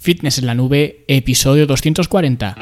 Fitness en la Nube, episodio 240.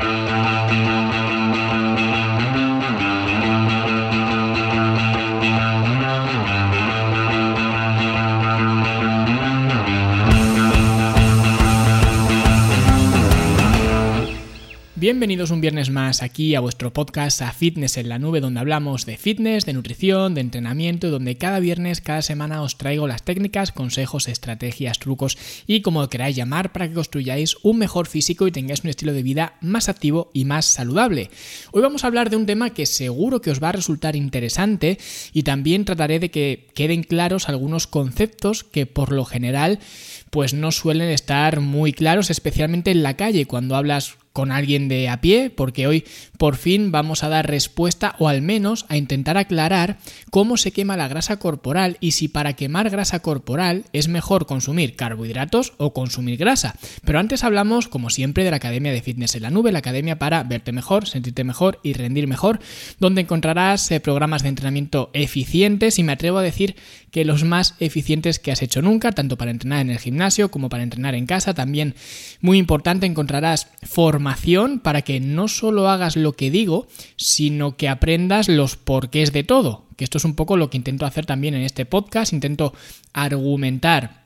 Bienvenidos un viernes más aquí a vuestro podcast a Fitness en la Nube, donde hablamos de fitness, de nutrición, de entrenamiento y donde cada viernes, cada semana os traigo las técnicas, consejos, estrategias, trucos y como lo queráis llamar para que construyáis un mejor físico y tengáis un estilo de vida más activo y más saludable. Hoy vamos a hablar de un tema que seguro que os va a resultar interesante y también trataré de que queden claros algunos conceptos que por lo general pues no suelen estar muy claros, especialmente en la calle cuando hablas con alguien de a pie, porque hoy por fin vamos a dar respuesta o al menos a intentar aclarar cómo se quema la grasa corporal y si para quemar grasa corporal es mejor consumir carbohidratos o consumir grasa. Pero antes hablamos, como siempre, de la Academia de Fitness en la Nube, la academia para verte mejor, sentirte mejor y rendir mejor, donde encontrarás programas de entrenamiento eficientes y me atrevo a decir que los más eficientes que has hecho nunca, tanto para entrenar en el gimnasio como para entrenar en casa. También, muy importante, encontrarás formación para que no solo hagas lo que digo, sino que aprendas los porqués de todo, que esto es un poco lo que intento hacer también en este podcast, intento argumentar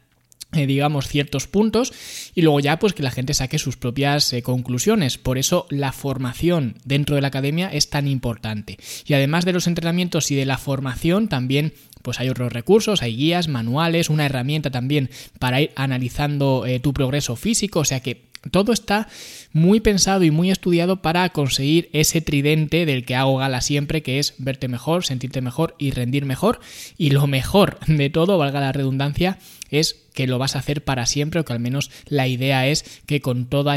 ciertos puntos y luego ya pues que la gente saque sus propias conclusiones. Por eso la formación dentro de la academia es tan importante. Y además de los entrenamientos y de la formación también pues hay otros recursos, hay guías, manuales, una herramienta también para ir analizando tu progreso físico, o sea que todo está muy pensado y muy estudiado para conseguir ese tridente del que hago gala siempre, que es verte mejor, sentirte mejor y rendir mejor. Y lo mejor de todo, valga la redundancia, es que lo vas a hacer para siempre, o que al menos la idea es que con todo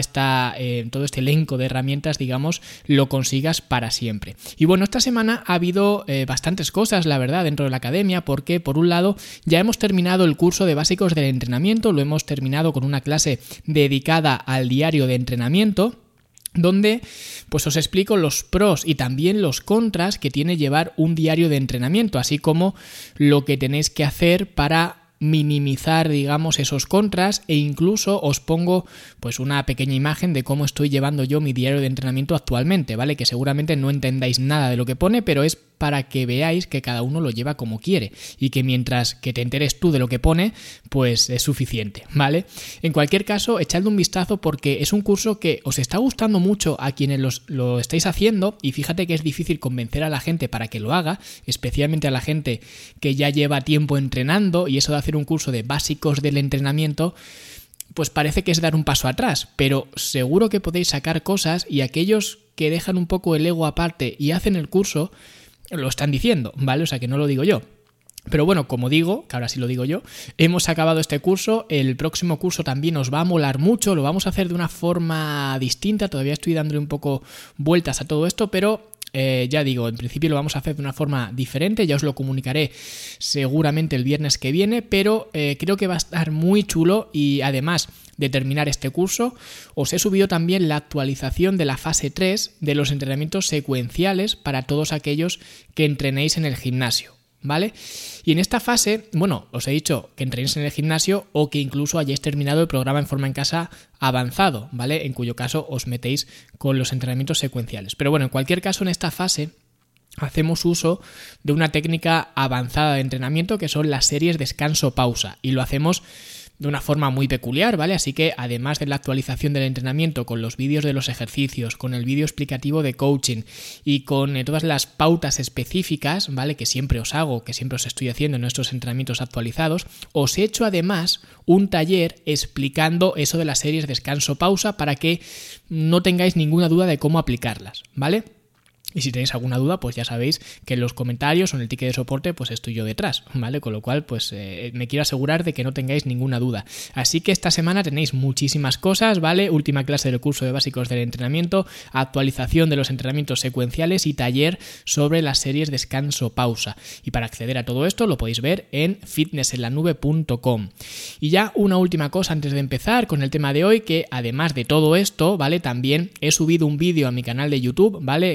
este elenco de herramientas, digamos, lo consigas para siempre. Y bueno, esta semana ha habido bastantes cosas, la verdad, dentro de la academia, porque por un lado ya hemos terminado el curso de básicos del entrenamiento, lo hemos terminado con una clase dedicada al diario de entrenamiento, donde pues os explico los pros y también los contras que tiene llevar un diario de entrenamiento, así como lo que tenéis que hacer para minimizar, digamos, esos contras, e incluso os pongo pues una pequeña imagen de cómo estoy llevando yo mi diario de entrenamiento actualmente, ¿vale? Que seguramente no entendáis nada de lo que pone, pero es para que veáis que cada uno lo lleva como quiere y que mientras que te enteres tú de lo que pone, pues es suficiente, ¿vale? En cualquier caso, echadle un vistazo porque es un curso que os está gustando mucho a quienes lo estáis haciendo, y fíjate que es difícil convencer a la gente para que lo haga, especialmente a la gente que ya lleva tiempo entrenando, y eso de hacer un curso de básicos del entrenamiento pues parece que es dar un paso atrás, pero seguro que podéis sacar cosas, y aquellos que dejan un poco el ego aparte y hacen el curso lo están diciendo, ¿vale? O sea que no lo digo yo. Pero bueno, como digo, que ahora sí lo digo yo, hemos acabado este curso, el próximo curso también os va a molar mucho, lo vamos a hacer de una forma distinta, todavía estoy dándole un poco vueltas a todo esto, pero ya digo, en principio lo vamos a hacer de una forma diferente, ya os lo comunicaré seguramente el viernes que viene, pero creo que va a estar muy chulo. Y además de terminar este curso, os he subido también la actualización de la fase 3 de los entrenamientos secuenciales para todos aquellos que entrenéis en el gimnasio, ¿vale? Y en esta fase, bueno, os he dicho que entrenéis en el gimnasio o que incluso hayáis terminado el programa en forma en casa avanzado, ¿vale? En cuyo caso os metéis con los entrenamientos secuenciales. Pero bueno, en cualquier caso, en esta fase hacemos uso de una técnica avanzada de entrenamiento que son las series descanso-pausa, y lo hacemos de una forma muy peculiar, ¿vale? Así que además de la actualización del entrenamiento con los vídeos de los ejercicios, con el vídeo explicativo de coaching y con todas las pautas específicas, ¿vale? Que siempre os hago, que siempre os estoy haciendo en nuestros entrenamientos actualizados, os he hecho además un taller explicando eso de las series descanso-pausa para que no tengáis ninguna duda de cómo aplicarlas, ¿vale? Y si tenéis alguna duda, pues ya sabéis que en los comentarios o en el ticket de soporte pues estoy yo detrás, ¿vale? Con lo cual pues me quiero asegurar de que no tengáis ninguna duda. Así que esta semana tenéis muchísimas cosas, ¿vale? Última clase del curso de básicos del entrenamiento, actualización de los entrenamientos secuenciales y taller sobre las series descanso-pausa. Y para acceder a todo esto lo podéis ver en fitnessenlanube.com. Y ya una última cosa antes de empezar con el tema de hoy, que además de todo esto, ¿vale? También he subido un vídeo a mi canal de YouTube, ¿vale? Canal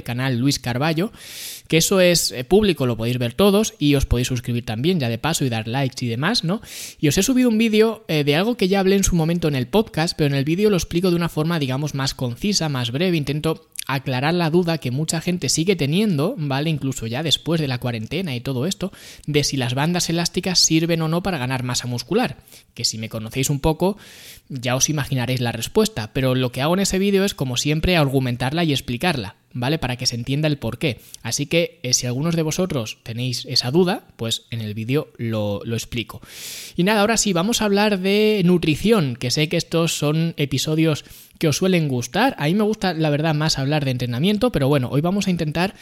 Luis Carballo, que eso es público, lo podéis ver todos y os podéis suscribir también ya de paso y dar likes y demás, ¿no? Y os he subido un vídeo de algo que ya hablé en su momento en el podcast, pero en el vídeo lo explico de una forma, digamos, más concisa, más breve, intento aclarar la duda que mucha gente sigue teniendo, ¿vale? Incluso ya después de la cuarentena y todo esto, de si las bandas elásticas sirven o no para ganar masa muscular. Que si me conocéis un poco, ya os imaginaréis la respuesta, pero lo que hago en ese vídeo es, como siempre, argumentarla y explicarla, ¿vale? Para que se entienda el porqué. Así que si algunos de vosotros tenéis esa duda, pues en el vídeo lo explico. Y nada, ahora sí, vamos a hablar de nutrición, que sé que estos son episodios que os suelen gustar. A mí me gusta, la verdad, más hablar de entrenamiento, pero bueno, hoy vamos a intentar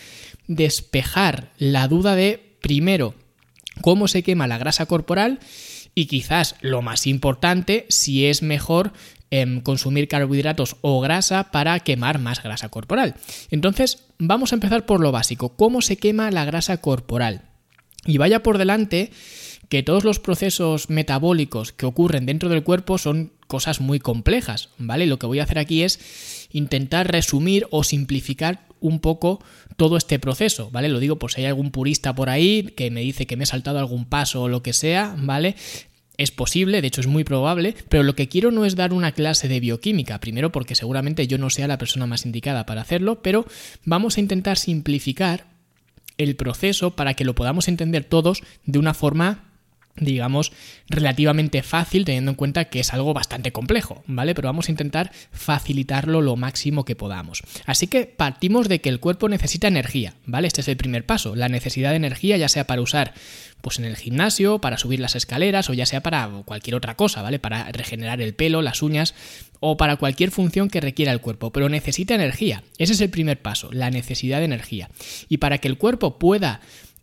despejar la duda de, primero, cómo se quema la grasa corporal y quizás lo más importante, si es mejor consumir carbohidratos o grasa para quemar más grasa corporal. Entonces, vamos a empezar por lo básico. ¿Cómo se quema la grasa corporal? Y vaya por delante que todos los procesos metabólicos que ocurren dentro del cuerpo son cosas muy complejas, ¿vale? Lo que voy a hacer aquí es intentar resumir o simplificar un poco todo este proceso, ¿vale? Lo digo por si hay algún purista por ahí que me dice que me he saltado algún paso o lo que sea, ¿vale? Es posible, de hecho es muy probable, pero lo que quiero no es dar una clase de bioquímica, primero porque seguramente yo no sea la persona más indicada para hacerlo, pero vamos a intentar simplificar el proceso para que lo podamos entender todos de una forma, digamos, relativamente fácil, teniendo en cuenta que es algo bastante complejo, ¿vale? Pero vamos a intentar facilitarlo lo máximo que podamos. Así que partimos de que el cuerpo necesita energía, ¿vale? Este es el primer paso, la necesidad de energía, ya sea para usar pues en el gimnasio, para subir las escaleras o ya sea para cualquier otra cosa, ¿vale? Para regenerar el pelo, las uñas o para cualquier función que requiera el cuerpo, pero necesita energía. Ese es el primer paso, la necesidad de energía. Y para que el cuerpo pueda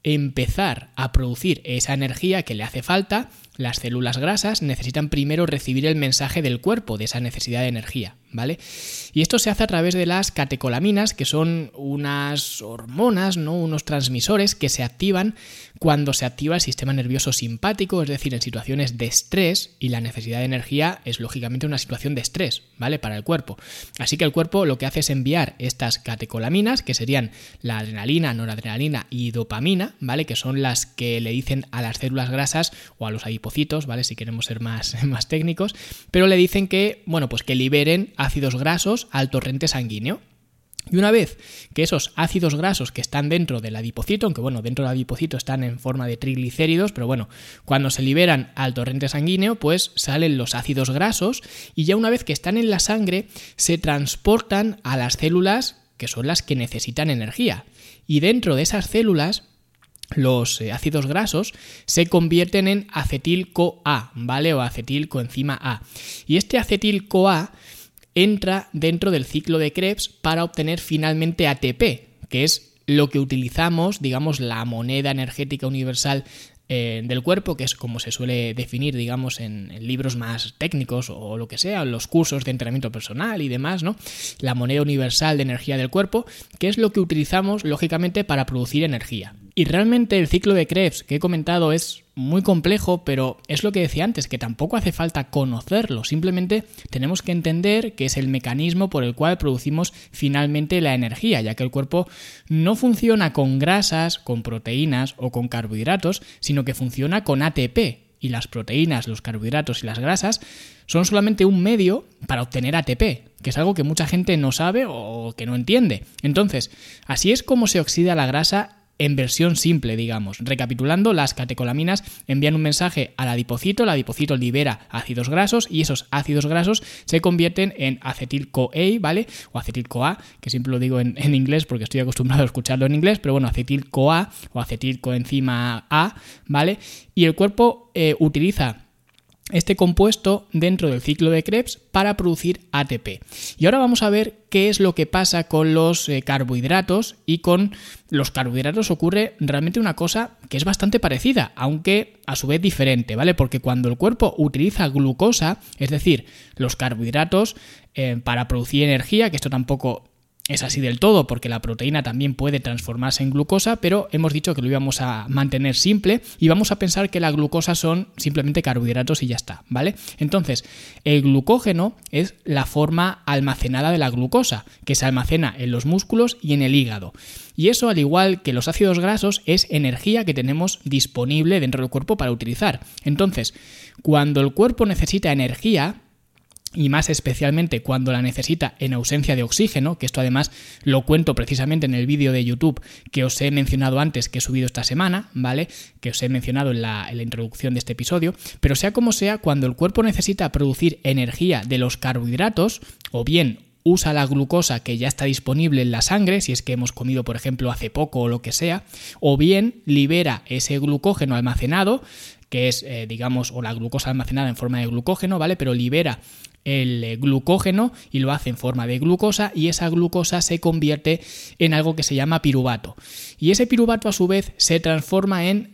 empezar a producir esa energía que le hace falta, las células grasas necesitan primero recibir el mensaje del cuerpo de esa necesidad de energía, ¿vale? Y esto se hace a través de las catecolaminas, que son unas hormonas, ¿no? Unos transmisores que se activan cuando se activa el sistema nervioso simpático, es decir, en situaciones de estrés, y la necesidad de energía es lógicamente una situación de estrés, ¿vale? Para el cuerpo. Así que el cuerpo lo que hace es enviar estas catecolaminas, que serían la adrenalina, noradrenalina y dopamina, ¿vale? Que son las que le dicen a las células grasas o a los adipocitos, ¿vale? Si queremos ser más técnicos, pero le dicen que, bueno, pues que liberen ácidos grasos al torrente sanguíneo. Y una vez que esos ácidos grasos que están dentro del adipocito, aunque bueno, dentro del adipocito están en forma de triglicéridos, pero bueno, cuando se liberan al torrente sanguíneo, pues salen los ácidos grasos y ya una vez que están en la sangre, se transportan a las células que son las que necesitan energía. Y dentro de esas células, los ácidos grasos se convierten en acetil-CoA, ¿vale? O acetilcoenzima A. Y este acetil-CoA entra dentro del ciclo de Krebs para obtener finalmente ATP, que es lo que utilizamos, digamos, la moneda energética universal del cuerpo, que es como se suele definir, digamos, en libros más técnicos o lo que sea, en los cursos de entrenamiento personal y demás, ¿no? La moneda universal de energía del cuerpo, que es lo que utilizamos, lógicamente, para producir energía. Y realmente el ciclo de Krebs que he comentado es muy complejo, pero es lo que decía antes, que tampoco hace falta conocerlo, simplemente tenemos que entender que es el mecanismo por el cual producimos finalmente la energía, ya que el cuerpo no funciona con grasas, con proteínas o con carbohidratos, sino que funciona con ATP, y las proteínas, los carbohidratos y las grasas son solamente un medio para obtener ATP, que es algo que mucha gente no sabe o que no entiende. Entonces, así es como se oxida la grasa en versión simple, digamos. Recapitulando, las catecolaminas envían un mensaje al adipocito, el adipocito libera ácidos grasos y esos ácidos grasos se convierten en acetil-CoA, ¿vale? O acetil-CoA, que siempre lo digo en inglés porque estoy acostumbrado a escucharlo en inglés, pero bueno, acetil-CoA o acetilcoenzima A, ¿vale? Y el cuerpo utiliza este compuesto dentro del ciclo de Krebs para producir ATP. Y ahora vamos a ver qué es lo que pasa con los carbohidratos, y con los carbohidratos ocurre realmente una cosa que es bastante parecida, aunque a su vez diferente, ¿vale? Porque cuando el cuerpo utiliza glucosa, es decir, los carbohidratos para producir energía, que esto tampoco es así del todo, porque la proteína también puede transformarse en glucosa, pero hemos dicho que lo íbamos a mantener simple y vamos a pensar que la glucosa son simplemente carbohidratos y ya está, ¿vale? Entonces, el glucógeno es la forma almacenada de la glucosa, que se almacena en los músculos y en el hígado. Y eso, al igual que los ácidos grasos, es energía que tenemos disponible dentro del cuerpo para utilizar. Entonces, cuando el cuerpo necesita energía, y más especialmente cuando la necesita en ausencia de oxígeno, que esto además lo cuento precisamente en el vídeo de YouTube que os he mencionado antes, que he subido esta semana, ¿vale? Que os he mencionado en la introducción de este episodio, pero sea como sea, cuando el cuerpo necesita producir energía de los carbohidratos, o bien usa la glucosa que ya está disponible en la sangre, si es que hemos comido, por ejemplo, hace poco o lo que sea, o bien libera ese glucógeno almacenado, que es, o la glucosa almacenada en forma de glucógeno, ¿vale? Pero libera el glucógeno y lo hace en forma de glucosa, y esa glucosa se convierte en algo que se llama piruvato. Y ese piruvato a su vez se transforma en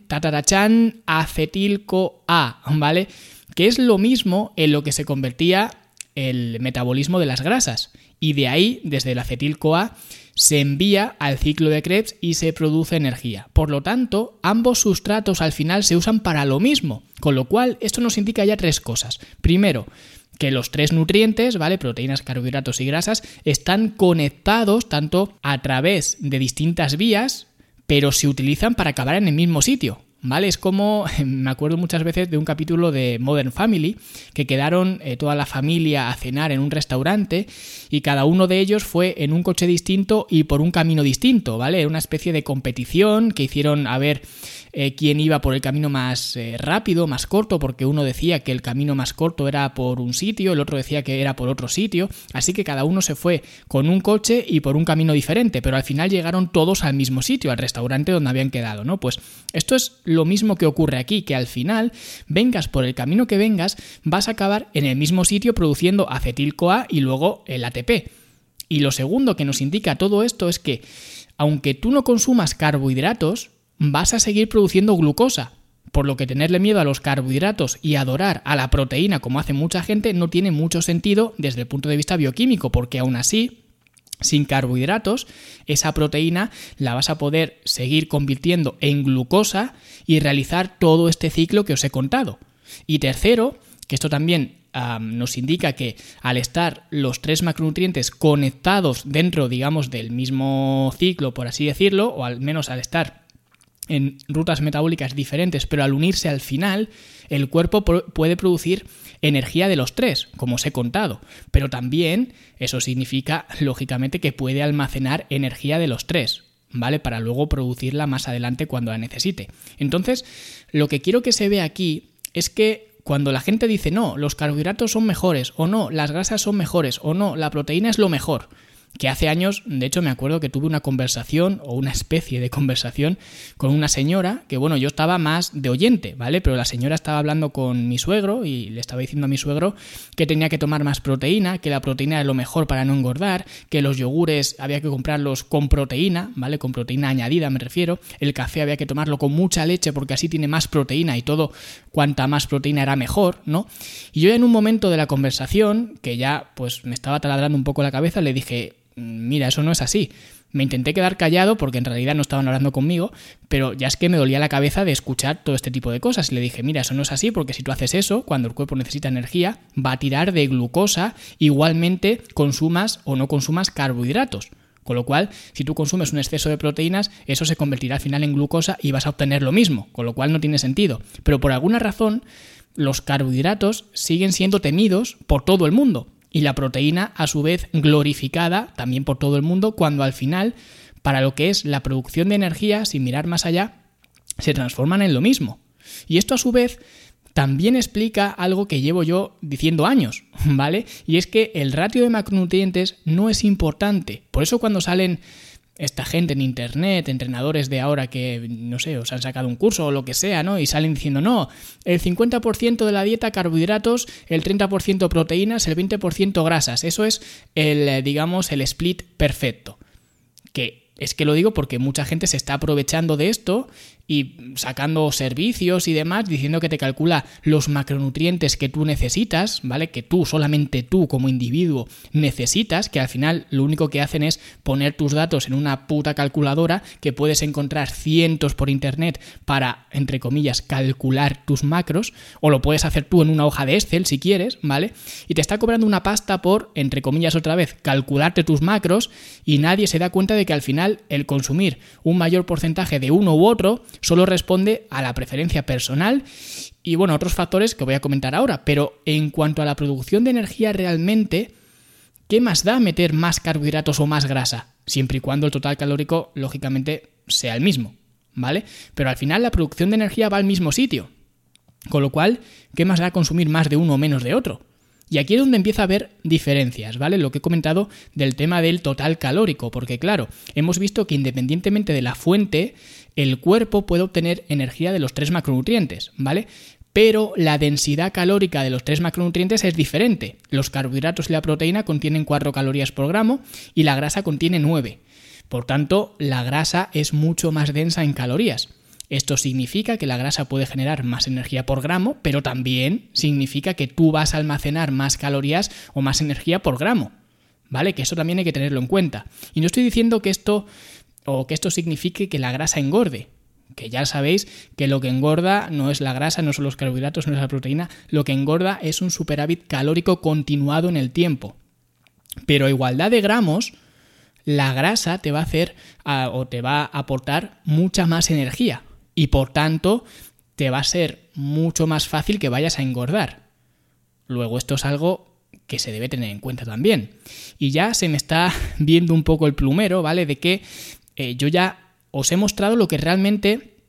acetil-CoA, ¿vale? Que es lo mismo en lo que se convertía el metabolismo de las grasas. Y de ahí, desde el acetil-CoA, se envía al ciclo de Krebs y se produce energía. Por lo tanto, ambos sustratos al final se usan para lo mismo, con lo cual esto nos indica ya tres cosas. Primero, que los tres nutrientes, ¿vale? Proteínas, carbohidratos y grasas, están conectados tanto a través de distintas vías, pero se utilizan para acabar en el mismo sitio, ¿vale? Es como, me acuerdo muchas veces de un capítulo de Modern Family, que quedaron toda la familia a cenar en un restaurante y cada uno de ellos fue en un coche distinto y por un camino distinto, ¿vale? Era una especie de competición que hicieron a ver quién iba por el camino más rápido, más corto, porque uno decía que el camino más corto era por un sitio, el otro decía que era por otro sitio, así que cada uno se fue con un coche y por un camino diferente, pero al final llegaron todos al mismo sitio, al restaurante donde habían quedado, ¿no? Pues esto es lo mismo que ocurre aquí, que al final, vengas por el camino que vengas, vas a acabar en el mismo sitio produciendo acetil-CoA y luego el ATP. Y lo segundo que nos indica todo esto es que, aunque tú no consumas carbohidratos, vas a seguir produciendo glucosa, por lo que tenerle miedo a los carbohidratos y adorar a la proteína, como hace mucha gente, no tiene mucho sentido desde el punto de vista bioquímico, porque aún así, sin carbohidratos, esa proteína la vas a poder seguir convirtiendo en glucosa y realizar todo este ciclo que os he contado. Y tercero, que esto también nos indica que al estar los tres macronutrientes conectados dentro, digamos, del mismo ciclo, por así decirlo, o al menos al estar en rutas metabólicas diferentes, pero al unirse al final, el cuerpo puede producir energía de los tres, como os he contado, pero también eso significa, lógicamente, que puede almacenar energía de los tres, ¿vale? Para luego producirla más adelante cuando la necesite. Entonces, lo que quiero que se vea aquí es que cuando la gente dice no, los carbohidratos son mejores, o no, las grasas son mejores, o no, la proteína es lo mejor, que hace años, de hecho me acuerdo que tuve una conversación o una especie de conversación con una señora que, bueno, yo estaba más de oyente, ¿vale? Pero la señora estaba hablando con mi suegro y le estaba diciendo a mi suegro que tenía que tomar más proteína, que la proteína era lo mejor para no engordar, que los yogures había que comprarlos con proteína, ¿vale? Con proteína añadida me refiero, el café había que tomarlo con mucha leche porque así tiene más proteína y todo, cuanta más proteína era mejor, ¿no? Y yo en un momento de la conversación, que ya pues me estaba taladrando un poco la cabeza, le dije: mira, eso no es así. Me intenté quedar callado porque en realidad no estaban hablando conmigo, pero ya es que me dolía la cabeza de escuchar todo este tipo de cosas. Y le dije: mira, eso no es así, porque si tú haces eso, cuando el cuerpo necesita energía, va a tirar de glucosa, igualmente consumas o no consumas carbohidratos. Con lo cual, si tú consumes un exceso de proteínas, eso se convertirá al final en glucosa y vas a obtener lo mismo, con lo cual no tiene sentido. Pero por alguna razón, los carbohidratos siguen siendo temidos por todo el mundo. Y la proteína, a su vez, glorificada también por todo el mundo, cuando al final, para lo que es la producción de energía, sin mirar más allá, se transforman en lo mismo. Y esto, a su vez, también explica algo que llevo yo diciendo años, ¿vale? Y es que el ratio de macronutrientes no es importante. Por eso cuando salen esta gente en internet, entrenadores de ahora que, no sé, os han sacado un curso o lo que sea, ¿no? Y salen diciendo, no, el 50% de la dieta carbohidratos, el 30% proteínas, el 20% grasas. Eso es el split perfecto. Que es que lo digo porque mucha gente se está aprovechando de esto y sacando servicios y demás, diciendo que te calcula los macronutrientes que tú necesitas, ¿vale? Que tú, solamente tú como individuo necesitas, que al final lo único que hacen es poner tus datos en una puta calculadora que puedes encontrar cientos por internet para, entre comillas, calcular tus macros, o lo puedes hacer tú en una hoja de Excel si quieres, ¿vale? Y te está cobrando una pasta por, entre comillas otra vez, calcularte tus macros, y nadie se da cuenta de que al final el consumir un mayor porcentaje de uno u otro solo responde a la preferencia personal y bueno, otros factores que voy a comentar ahora. Pero en cuanto a la producción de energía realmente, ¿qué más da meter más carbohidratos o más grasa? Siempre y cuando el total calórico, lógicamente, sea el mismo, ¿vale? Pero al final la producción de energía va al mismo sitio. Con lo cual, ¿qué más da consumir más de uno o menos de otro? Y aquí es donde empieza a haber diferencias, ¿vale? Lo que he comentado del tema del total calórico, porque claro, hemos visto que independientemente de la fuente, el cuerpo puede obtener energía de los 3 macronutrientes, ¿vale? Pero la densidad calórica de los 3 macronutrientes es diferente. Los carbohidratos y la proteína contienen 4 calorías por gramo y la grasa contiene 9. Por tanto, la grasa es mucho más densa en calorías. Esto significa que la grasa puede generar más energía por gramo, pero también significa que tú vas a almacenar más calorías o más energía por gramo, ¿vale? Que eso también hay que tenerlo en cuenta. Y no estoy diciendo que esto signifique que la grasa engorde, que ya sabéis que lo que engorda no es la grasa, no son los carbohidratos, no es la proteína, lo que engorda es un superávit calórico continuado en el tiempo. Pero a igualdad de gramos, la grasa te va a hacer o te va a aportar mucha más energía. Y por tanto, te va a ser mucho más fácil que vayas a engordar. Luego, esto es algo que se debe tener en cuenta también. Y ya se me está viendo un poco el plumero, ¿vale? De que yo ya os he mostrado lo que realmente,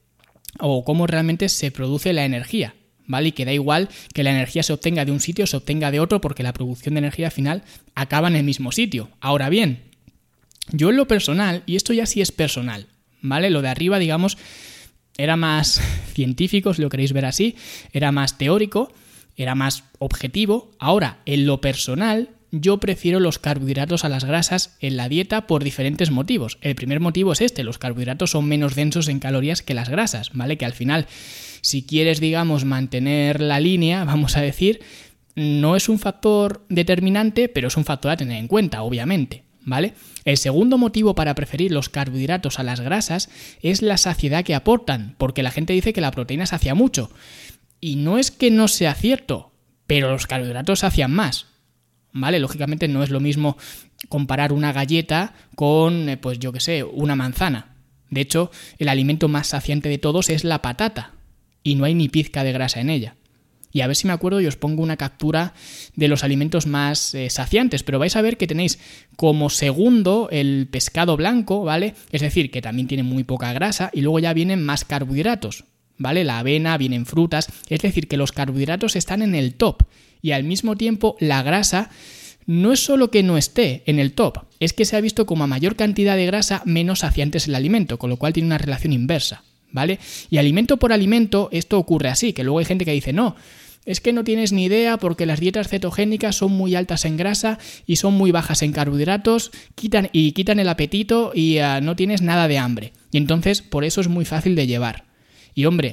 o cómo realmente se produce la energía, ¿vale? Y que da igual que la energía se obtenga de un sitio o se obtenga de otro, porque la producción de energía al final acaba en el mismo sitio. Ahora bien, yo en lo personal, y esto ya sí es personal, ¿vale? Lo de arriba, digamos, era más científico, si lo queréis ver así, era más teórico, era más objetivo. Ahora, en lo personal, yo prefiero los carbohidratos a las grasas en la dieta por diferentes motivos. El primer motivo es este: los carbohidratos son menos densos en calorías que las grasas, ¿vale? Que al final, si quieres, digamos, mantener la línea, vamos a decir, no es un factor determinante, pero es un factor a tener en cuenta, obviamente, ¿vale? El segundo motivo para preferir los carbohidratos a las grasas es la saciedad que aportan, porque la gente dice que la proteína sacia mucho. Y no es que no sea cierto, pero los carbohidratos sacian más, ¿vale? Lógicamente no es lo mismo comparar una galleta con, pues yo qué sé, una manzana. De hecho, el alimento más saciante de todos es la patata, y no hay ni pizca de grasa en ella. Y a ver si me acuerdo y os pongo una captura de los alimentos más saciantes, pero vais a ver que tenéis como segundo el pescado blanco, ¿vale? Es decir, que también tiene muy poca grasa, y luego ya vienen más carbohidratos, ¿vale? La avena, vienen frutas, es decir, que los carbohidratos están en el top, y al mismo tiempo la grasa no es solo que no esté en el top, es que se ha visto como a mayor cantidad de grasa, menos saciante es el alimento, con lo cual tiene una relación inversa, ¿vale? Y alimento por alimento esto ocurre así, que luego hay gente que dice, no, es que no tienes ni idea porque las dietas cetogénicas son muy altas en grasa y son muy bajas en carbohidratos, quitan el apetito y no tienes nada de hambre. Y entonces por eso es muy fácil de llevar. Y hombre,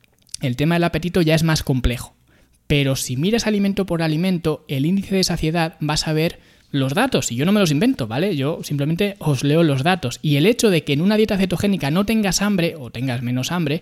el tema del apetito ya es más complejo. Pero si miras alimento por alimento, el índice de saciedad, vas a ver los datos. Y yo no me los invento, ¿vale? Yo simplemente os leo los datos. Y el hecho de que en una dieta cetogénica no tengas hambre o tengas menos hambre,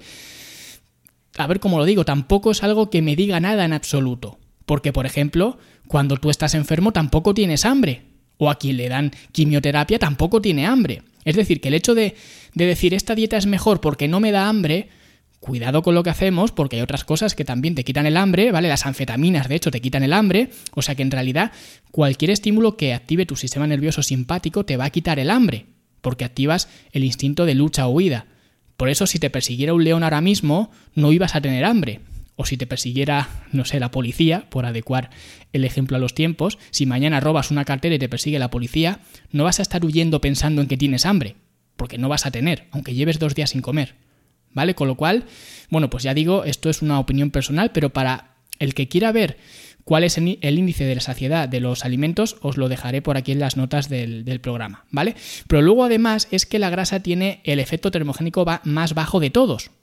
a ver cómo lo digo, tampoco es algo que me diga nada en absoluto. Porque, por ejemplo, cuando tú estás enfermo tampoco tienes hambre. O a quien le dan quimioterapia tampoco tiene hambre. Es decir, que el hecho de decir esta dieta es mejor porque no me da hambre, cuidado con lo que hacemos, porque hay otras cosas que también te quitan el hambre, ¿vale? Las anfetaminas, de hecho, te quitan el hambre. O sea que en realidad cualquier estímulo que active tu sistema nervioso simpático te va a quitar el hambre, porque activas el instinto de lucha o huida. Por eso, si te persiguiera un león ahora mismo, no ibas a tener hambre. O si te persiguiera, no sé, la policía, por adecuar el ejemplo a los tiempos, si mañana robas una cartera y te persigue la policía, no vas a estar huyendo pensando en que tienes hambre, porque no vas a tener, aunque lleves 2 días sin comer, ¿vale? Con lo cual, bueno, pues ya digo, esto es una opinión personal, pero para el que quiera ver cuál es el índice de la saciedad de los alimentos, os lo dejaré por aquí en las notas del programa, ¿vale? Pero luego además es que la grasa tiene el efecto termogénico más bajo de todos,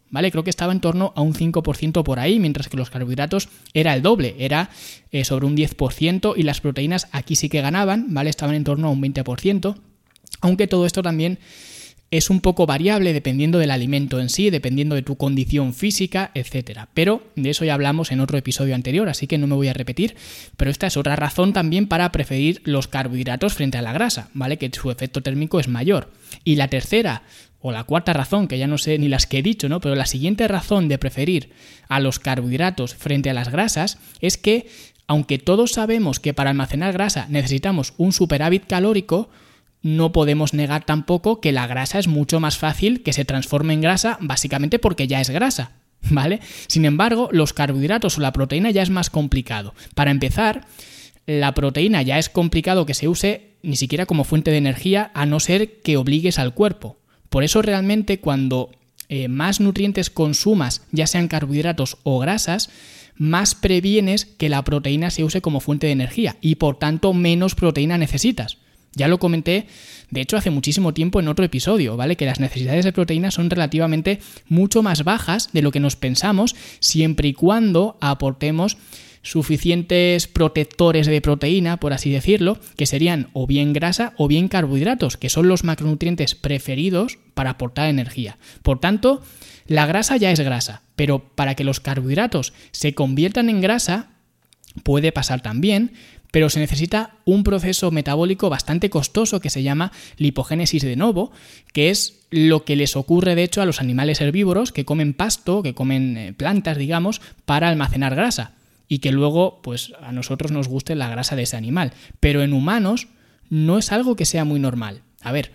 ¿vale? Creo que estaba en torno a un 5% por ahí, mientras que los carbohidratos era el doble, era sobre un 10%, y las proteínas aquí sí que ganaban, ¿vale? Estaban en torno a un 20%, aunque todo esto también es un poco variable dependiendo del alimento en sí, dependiendo de tu condición física, etc. Pero de eso ya hablamos en otro episodio anterior, así que no me voy a repetir. Pero esta es otra razón también para preferir los carbohidratos frente a la grasa, ¿vale? Que su efecto térmico es mayor. Y la tercera o la cuarta razón, que ya no sé ni las que he dicho, ¿no? Pero la siguiente razón de preferir a los carbohidratos frente a las grasas es que, aunque todos sabemos que para almacenar grasa necesitamos un superávit calórico, no podemos negar tampoco que la grasa es mucho más fácil que se transforme en grasa, básicamente porque ya es grasa, ¿vale? Sin embargo, los carbohidratos o la proteína ya es más complicado. Para empezar, la proteína ya es complicado que se use ni siquiera como fuente de energía, a no ser que obligues al cuerpo. Por eso realmente cuando más nutrientes consumas, ya sean carbohidratos o grasas, más previenes que la proteína se use como fuente de energía y por tanto menos proteína necesitas. Ya lo comenté, de hecho, hace muchísimo tiempo en otro episodio, ¿vale? Que las necesidades de proteína son relativamente mucho más bajas de lo que nos pensamos, siempre y cuando aportemos suficientes protectores de proteína, por así decirlo, que serían o bien grasa o bien carbohidratos, que son los macronutrientes preferidos para aportar energía. Por tanto, la grasa ya es grasa, pero para que los carbohidratos se conviertan en grasa, puede pasar también, pero se necesita un proceso metabólico bastante costoso que se llama lipogénesis de novo, que es lo que les ocurre de hecho a los animales herbívoros que comen pasto, que comen plantas, digamos, para almacenar grasa y que luego pues a nosotros nos guste la grasa de ese animal. Pero en humanos no es algo que sea muy normal. A ver,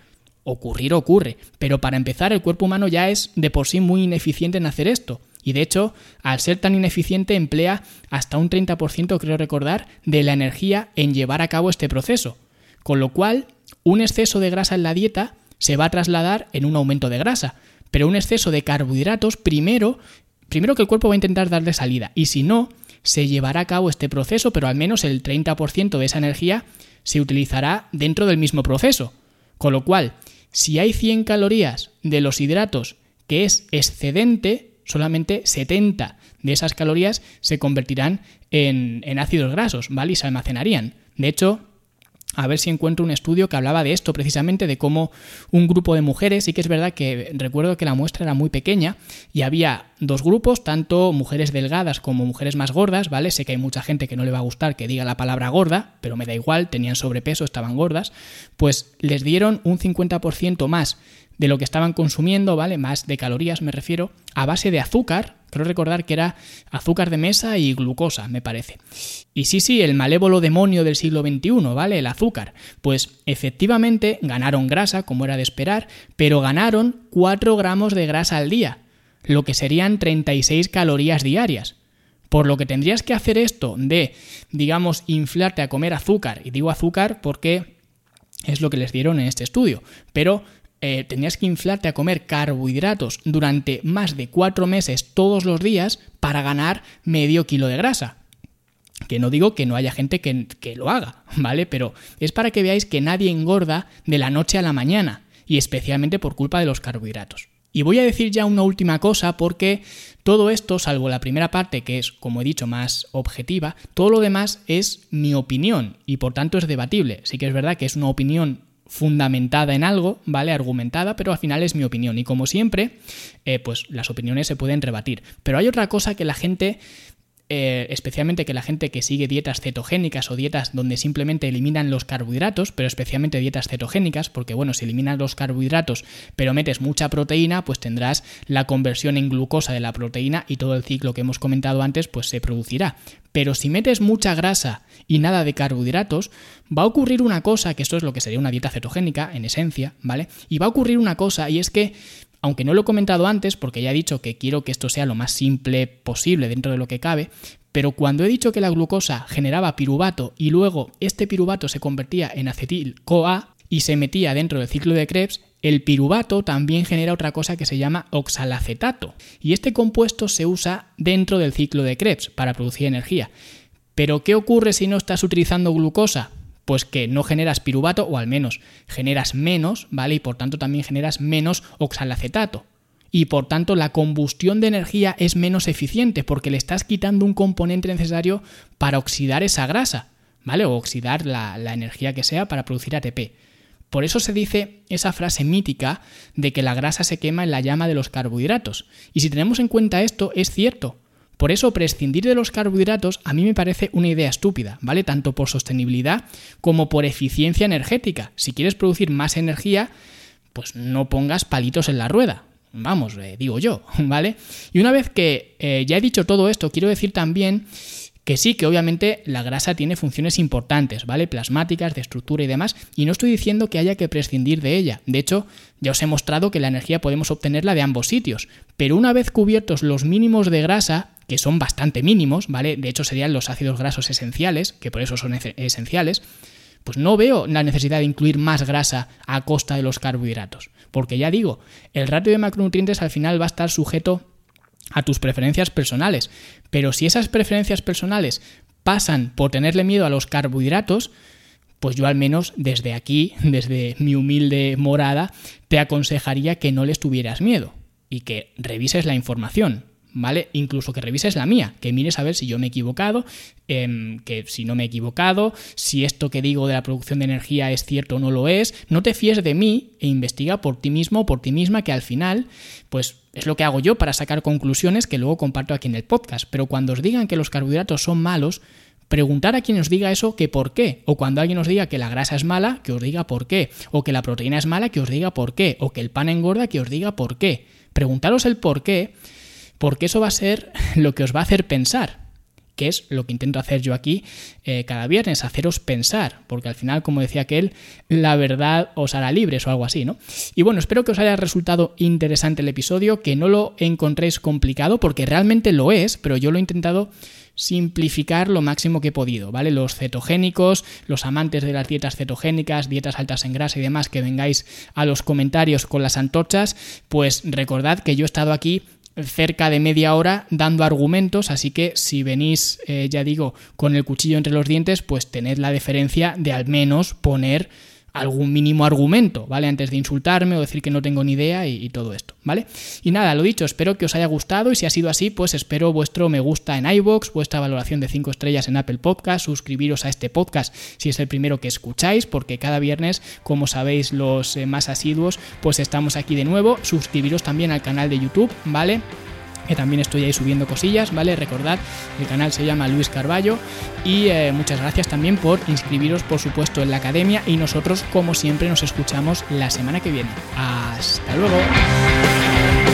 ocurre, pero para empezar el cuerpo humano ya es de por sí muy ineficiente en hacer esto. Y de hecho, al ser tan ineficiente, emplea hasta un 30%, creo recordar, de la energía en llevar a cabo este proceso. Con lo cual, un exceso de grasa en la dieta se va a trasladar en un aumento de grasa. Pero un exceso de carbohidratos, primero que el cuerpo va a intentar darle salida. Y si no, se llevará a cabo este proceso, pero al menos el 30% de esa energía se utilizará dentro del mismo proceso. Con lo cual, si hay 100 calorías de los hidratos que es excedente, solamente 70 de esas calorías se convertirán en ácidos grasos, ¿vale? Y se almacenarían. De hecho, a ver si encuentro un estudio que hablaba de esto, precisamente de cómo un grupo de mujeres, sí que es verdad que recuerdo que la muestra era muy pequeña y había dos grupos, tanto mujeres delgadas como mujeres más gordas, ¿vale? Sé que hay mucha gente que no le va a gustar que diga la palabra gorda, pero me da igual, tenían sobrepeso, estaban gordas, pues les dieron un 50% más de lo que estaban consumiendo, ¿vale? Más de calorías me refiero, a base de azúcar. Creo recordar que era azúcar de mesa y glucosa, me parece. Y sí, el malévolo demonio del siglo XXI, ¿vale? El azúcar. Pues efectivamente ganaron grasa, como era de esperar, pero ganaron 4 gramos de grasa al día, lo que serían 36 calorías diarias. Por lo que tendrías que hacer esto de, digamos, inflarte a comer azúcar, y digo azúcar porque es lo que les dieron en este estudio, pero tenías que inflarte a comer carbohidratos durante más de 4 meses todos los días para ganar medio kilo de grasa. Que no digo que no haya gente que lo haga, ¿vale? Pero es para que veáis que nadie engorda de la noche a la mañana, y especialmente por culpa de los carbohidratos. Y voy a decir ya una última cosa porque todo esto, salvo la primera parte que es, como he dicho, más objetiva, todo lo demás es mi opinión y por tanto es debatible. Sí que es verdad que es una opinión fundamentada en algo, ¿vale? Argumentada, pero al final es mi opinión. Y como siempre, pues las opiniones se pueden rebatir. Pero hay otra cosa que la gente, especialmente que la gente que sigue dietas cetogénicas o dietas donde simplemente eliminan los carbohidratos, pero especialmente dietas cetogénicas, porque bueno, si eliminas los carbohidratos pero metes mucha proteína, pues tendrás la conversión en glucosa de la proteína y todo el ciclo que hemos comentado antes pues se producirá. Pero si metes mucha grasa y nada de carbohidratos, va a ocurrir una cosa, que esto es lo que sería una dieta cetogénica, en esencia, ¿vale? Y va a ocurrir una cosa, y es que, aunque no lo he comentado antes, porque ya he dicho que quiero que esto sea lo más simple posible dentro de lo que cabe, pero cuando he dicho que la glucosa generaba piruvato y luego este piruvato se convertía en acetil-CoA y se metía dentro del ciclo de Krebs, el piruvato también genera otra cosa que se llama oxalacetato. Y este compuesto se usa dentro del ciclo de Krebs para producir energía. ¿Pero qué ocurre si no estás utilizando glucosa? Pues que no generas piruvato, o al menos generas menos, ¿vale? Y por tanto también generas menos oxalacetato. y por tanto la combustión de energía es menos eficiente porque le estás quitando un componente necesario para oxidar esa grasa, ¿vale? O oxidar la energía que sea para producir ATP. Por eso se dice esa frase mítica de que la grasa se quema en la llama de los carbohidratos. Y si tenemos en cuenta esto, es cierto. Por eso prescindir de los carbohidratos a mí me parece una idea estúpida, ¿vale? Tanto por sostenibilidad como por eficiencia energética. Si quieres producir más energía, pues no pongas palitos en la rueda. Vamos, digo yo, ¿vale? Y una vez que ya he dicho todo esto, quiero decir también que sí, que obviamente la grasa tiene funciones importantes, ¿vale? Plasmáticas, de estructura y demás, y no estoy diciendo que haya que prescindir de ella. De hecho, ya os he mostrado que la energía podemos obtenerla de ambos sitios, pero una vez cubiertos los mínimos de grasa, que son bastante mínimos, ¿vale? De hecho serían los ácidos grasos esenciales, que por eso son esenciales, pues no veo la necesidad de incluir más grasa a costa de los carbohidratos. Porque ya digo, el ratio de macronutrientes al final va a estar sujeto a tus preferencias personales. Pero si esas preferencias personales pasan por tenerle miedo a los carbohidratos, pues yo al menos desde aquí, desde mi humilde morada, te aconsejaría que no les tuvieras miedo y que revises la información, ¿vale? Incluso que revises la mía, que mires a ver si yo me he equivocado, que si no me he equivocado, si esto que digo de la producción de energía es cierto o no lo es. No te fíes de mí e investiga por ti mismo o por ti misma, que al final, pues es lo que hago yo para sacar conclusiones que luego comparto aquí en el podcast. Pero cuando os digan que los carbohidratos son malos, preguntar a quien os diga eso que por qué. O cuando alguien os diga que la grasa es mala, que os diga por qué. O que la proteína es mala, que os diga por qué. O que el pan engorda, que os diga por qué. Preguntaros el por qué, porque eso va a ser lo que os va a hacer pensar, que es lo que intento hacer yo aquí cada viernes, haceros pensar, porque al final, como decía aquel, la verdad os hará libres o algo así, ¿no? Y bueno, espero que os haya resultado interesante el episodio, que no lo encontréis complicado, porque realmente lo es, pero yo lo he intentado simplificar lo máximo que he podido, ¿vale? Los cetogénicos, los amantes de las dietas cetogénicas, dietas altas en grasa y demás, que vengáis a los comentarios con las antorchas, pues recordad que yo he estado aquí cerca de media hora dando argumentos, así que si venís, ya digo, con el cuchillo entre los dientes, pues tened la deferencia de al menos poner algún mínimo argumento, ¿vale? Antes de insultarme o decir que no tengo ni idea y todo esto, ¿vale? Y nada, lo dicho, espero que os haya gustado y si ha sido así, pues espero vuestro me gusta en iVoox, vuestra valoración de 5 estrellas en Apple Podcast, suscribiros a este podcast si es el primero que escucháis, porque cada viernes, como sabéis los más asiduos, pues estamos aquí de nuevo. Suscribiros también al canal de YouTube, ¿vale? Que también estoy ahí subiendo cosillas, ¿vale? Recordad, el canal se llama Luis Carballo y muchas gracias también por inscribiros, por supuesto, en la academia y nosotros, como siempre, nos escuchamos la semana que viene. ¡Hasta luego!